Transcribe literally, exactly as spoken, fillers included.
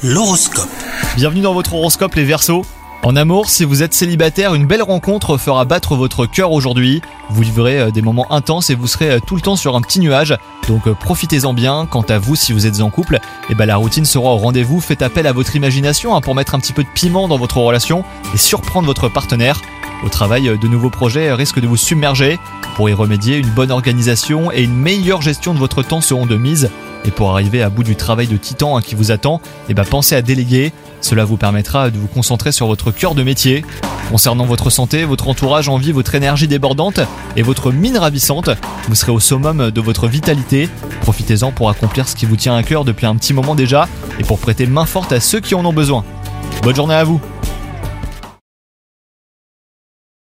L'horoscope. Bienvenue dans votre horoscope les Verseaux. En amour, si vous êtes célibataire, une belle rencontre fera battre votre cœur aujourd'hui. Vous vivrez des moments intenses et vous serez tout le temps sur un petit nuage. Donc profitez-en bien. Quant à vous, si vous êtes en couple, eh ben la routine sera au rendez-vous. Faites appel à votre imagination hein, pour mettre un petit peu de piment dans votre relation et surprendre votre partenaire. Au travail, de nouveaux projets risquent de vous submerger. Pour y remédier, une bonne organisation et une meilleure gestion de votre temps seront de mise. Et pour arriver à bout du travail de titan hein, qui vous attend, eh ben pensez à déléguer. Cela vous permettra de vous concentrer sur votre cœur de métier. Concernant votre santé, votre entourage envie votre énergie débordante et votre mine ravissante. Vous serez au summum de votre vitalité. Profitez-en pour accomplir ce qui vous tient à cœur depuis un petit moment déjà et pour prêter main forte à ceux qui en ont besoin. Bonne journée à vous!